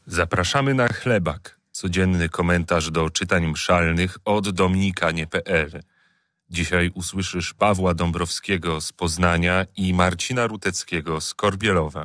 Zapraszamy na Chlebak, codzienny komentarz do czytań mszalnych od dominikanie.pl. Dzisiaj usłyszysz Pawła Dąbrowskiego z Poznania i Marcina Ruteckiego z Korbielowa.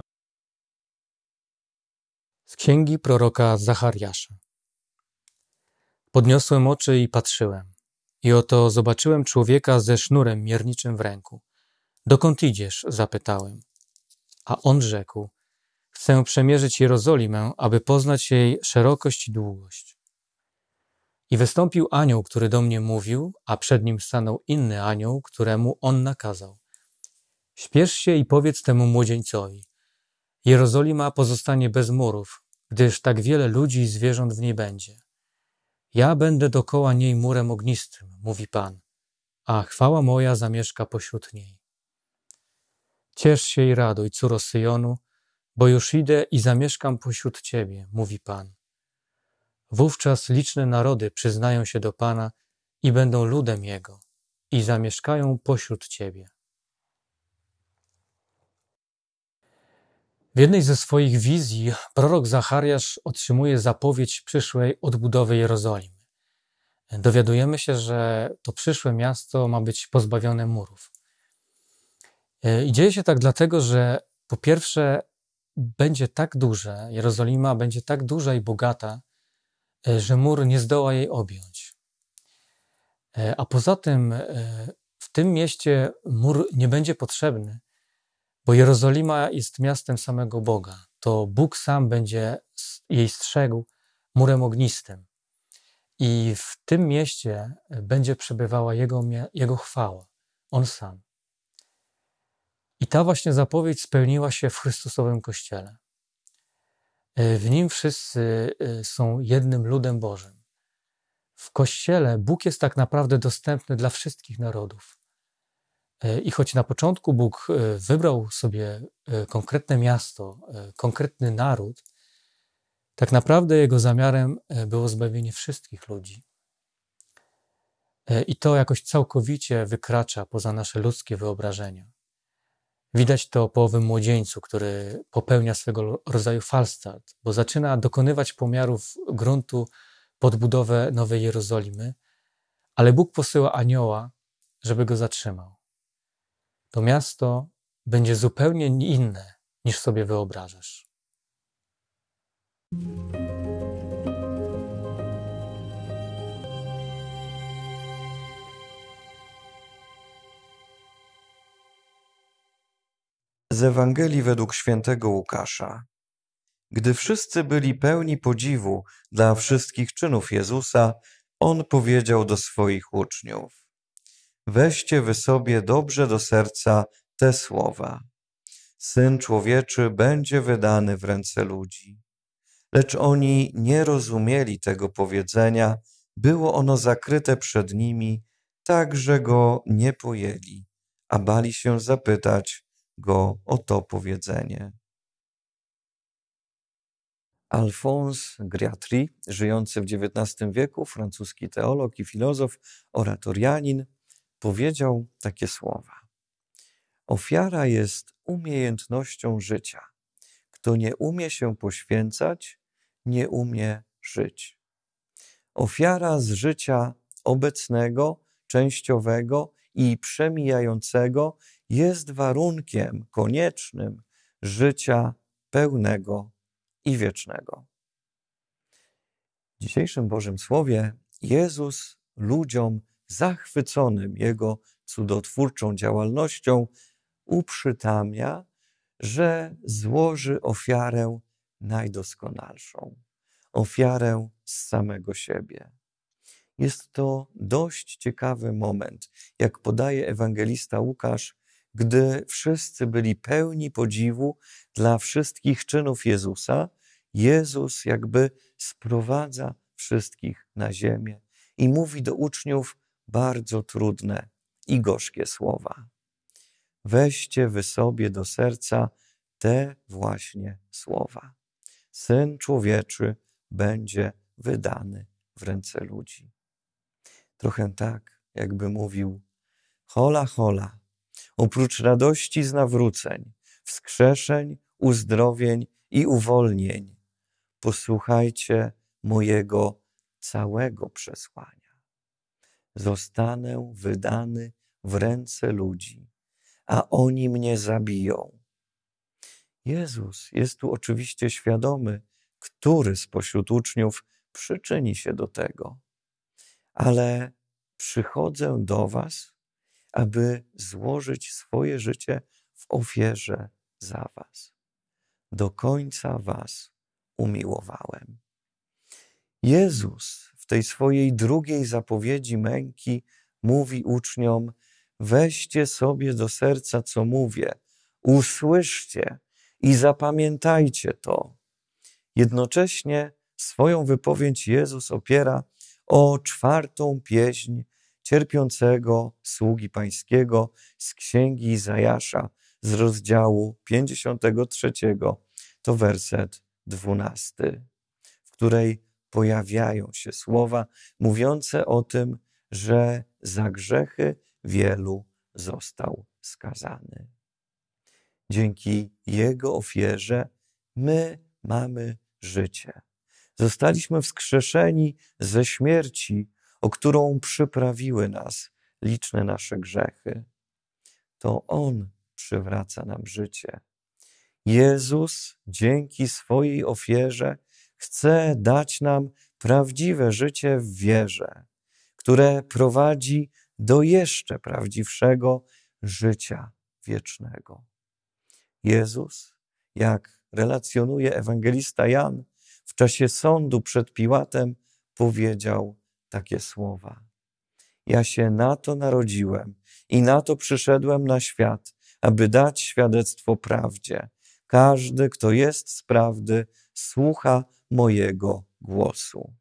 Z księgi proroka Zachariasza. Podniosłem oczy i patrzyłem. I oto zobaczyłem człowieka ze sznurem mierniczym w ręku. Dokąd idziesz? Zapytałem. A on rzekł: chcę przemierzyć Jerozolimę, aby poznać jej szerokość i długość. I wystąpił anioł, który do mnie mówił, a przed nim stanął inny anioł, któremu on nakazał: śpiesz się i powiedz temu młodzieńcowi: Jerozolima pozostanie bez murów, gdyż tak wiele ludzi i zwierząt w niej będzie. Ja będę dokoła niej murem ognistym, mówi Pan, a chwała moja zamieszka pośród niej. Ciesz się i raduj, córo Syjonu, bo już idę i zamieszkam pośród ciebie, mówi Pan. Wówczas liczne narody przyznają się do Pana i będą ludem Jego i zamieszkają pośród ciebie. W jednej ze swoich wizji prorok Zachariasz otrzymuje zapowiedź przyszłej odbudowy Jerozolimy. Dowiadujemy się, że to przyszłe miasto ma być pozbawione murów. I dzieje się tak dlatego, że po pierwsze będzie tak duże, Jerozolima będzie tak duża i bogata, że mur nie zdoła jej objąć. A poza tym w tym mieście mur nie będzie potrzebny, bo Jerozolima jest miastem samego Boga. To Bóg sam będzie jej strzegł murem ognistym. I w tym mieście będzie przebywała Jego chwała, On sam. I ta właśnie zapowiedź spełniła się w Chrystusowym Kościele. W Nim wszyscy są jednym ludem Bożym. W Kościele Bóg jest tak naprawdę dostępny dla wszystkich narodów. I choć na początku Bóg wybrał sobie konkretne miasto, konkretny naród, tak naprawdę Jego zamiarem było zbawienie wszystkich ludzi. I to jakoś całkowicie wykracza poza nasze ludzkie wyobrażenia. Widać to po owym młodzieńcu, który popełnia swego rodzaju falstart, bo zaczyna dokonywać pomiarów gruntu pod budowę Nowej Jerozolimy, ale Bóg posyła anioła, żeby go zatrzymał. To miasto będzie zupełnie inne, niż sobie wyobrażasz. Z Ewangelii według świętego Łukasza. Gdy wszyscy byli pełni podziwu dla wszystkich czynów Jezusa, On powiedział do swoich uczniów: weźcie wy sobie dobrze do serca te słowa. Syn Człowieczy będzie wydany w ręce ludzi. Lecz oni nie rozumieli tego powiedzenia, było ono zakryte przed nimi, tak że go nie pojęli, a bali się zapytać go o to powiedzenie. Alphonse Grétry, żyjący w XIX wieku, francuski teolog i filozof, oratorianin, powiedział takie słowa: ofiara jest umiejętnością życia. Kto nie umie się poświęcać, nie umie żyć. Ofiara z życia obecnego, częściowego i przemijającego jest warunkiem koniecznym życia pełnego i wiecznego. W dzisiejszym Bożym Słowie Jezus ludziom zachwyconym Jego cudotwórczą działalnością uprzytamnia, że złoży ofiarę najdoskonalszą, ofiarę z samego siebie. Jest to dość ciekawy moment, jak podaje ewangelista Łukasz, gdy wszyscy byli pełni podziwu dla wszystkich czynów Jezusa, Jezus jakby sprowadza wszystkich na ziemię i mówi do uczniów bardzo trudne i gorzkie słowa. Weźcie wy sobie do serca te właśnie słowa. Syn Człowieczy będzie wydany w ręce ludzi. Trochę tak, jakby mówił: hola, hola, oprócz radości z nawróceń, wskrzeszeń, uzdrowień i uwolnień, posłuchajcie mojego całego przesłania. Zostanę wydany w ręce ludzi, a oni mnie zabiją. Jezus jest tu oczywiście świadomy, który spośród uczniów przyczyni się do tego. Ale przychodzę do was, aby złożyć swoje życie w ofierze za was. Do końca was umiłowałem. Jezus w tej swojej drugiej zapowiedzi męki mówi uczniom: weźcie sobie do serca, co mówię, usłyszcie i zapamiętajcie to. Jednocześnie swoją wypowiedź Jezus opiera o 4. pieśń cierpiącego sługi Pańskiego z księgi Izajasza z rozdziału 53, to werset 12, w której pojawiają się słowa mówiące o tym, że za grzechy wielu został skazany. Dzięki Jego ofierze my mamy życie. Zostaliśmy wskrzeszeni ze śmierci, o którą przyprawiły nas liczne nasze grzechy. To On przywraca nam życie. Jezus dzięki swojej ofierze chce dać nam prawdziwe życie w wierze, które prowadzi do jeszcze prawdziwszego życia wiecznego. Jezus, jak relacjonuje ewangelista Jan, w czasie sądu przed Piłatem powiedział takie słowa: ja się na to narodziłem i na to przyszedłem na świat, aby dać świadectwo prawdzie. Każdy, kto jest z prawdy, słucha mojego głosu.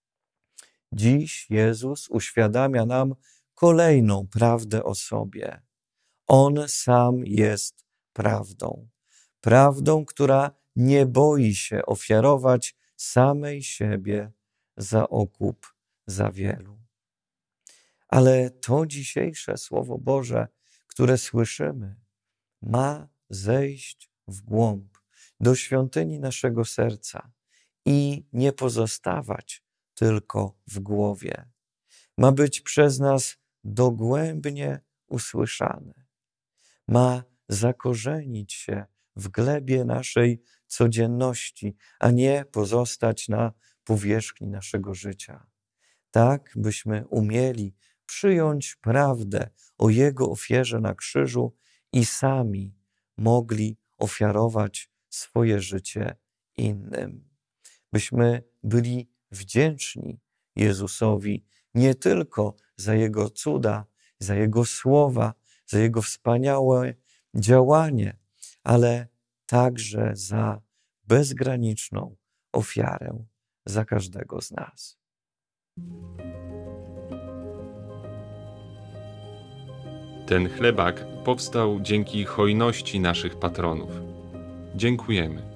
Dziś Jezus uświadamia nam kolejną prawdę o sobie. On sam jest prawdą. Prawdą, która nie boi się ofiarować samej siebie za okup za wielu. Ale to dzisiejsze Słowo Boże, które słyszymy, ma zejść w głąb, do świątyni naszego serca i nie pozostawać tylko w głowie. Ma być przez nas dogłębnie usłyszane. Ma zakorzenić się w glebie naszej codzienności, a nie pozostać na powierzchni naszego życia. Tak, byśmy umieli przyjąć prawdę o Jego ofierze na krzyżu i sami mogli ofiarować swoje życie innym. Byśmy byli wdzięczni Jezusowi nie tylko za Jego cuda, za Jego słowa, za Jego wspaniałe działanie, ale także za bezgraniczną ofiarę za każdego z nas. Ten chlebak powstał dzięki hojności naszych patronów. Dziękujemy.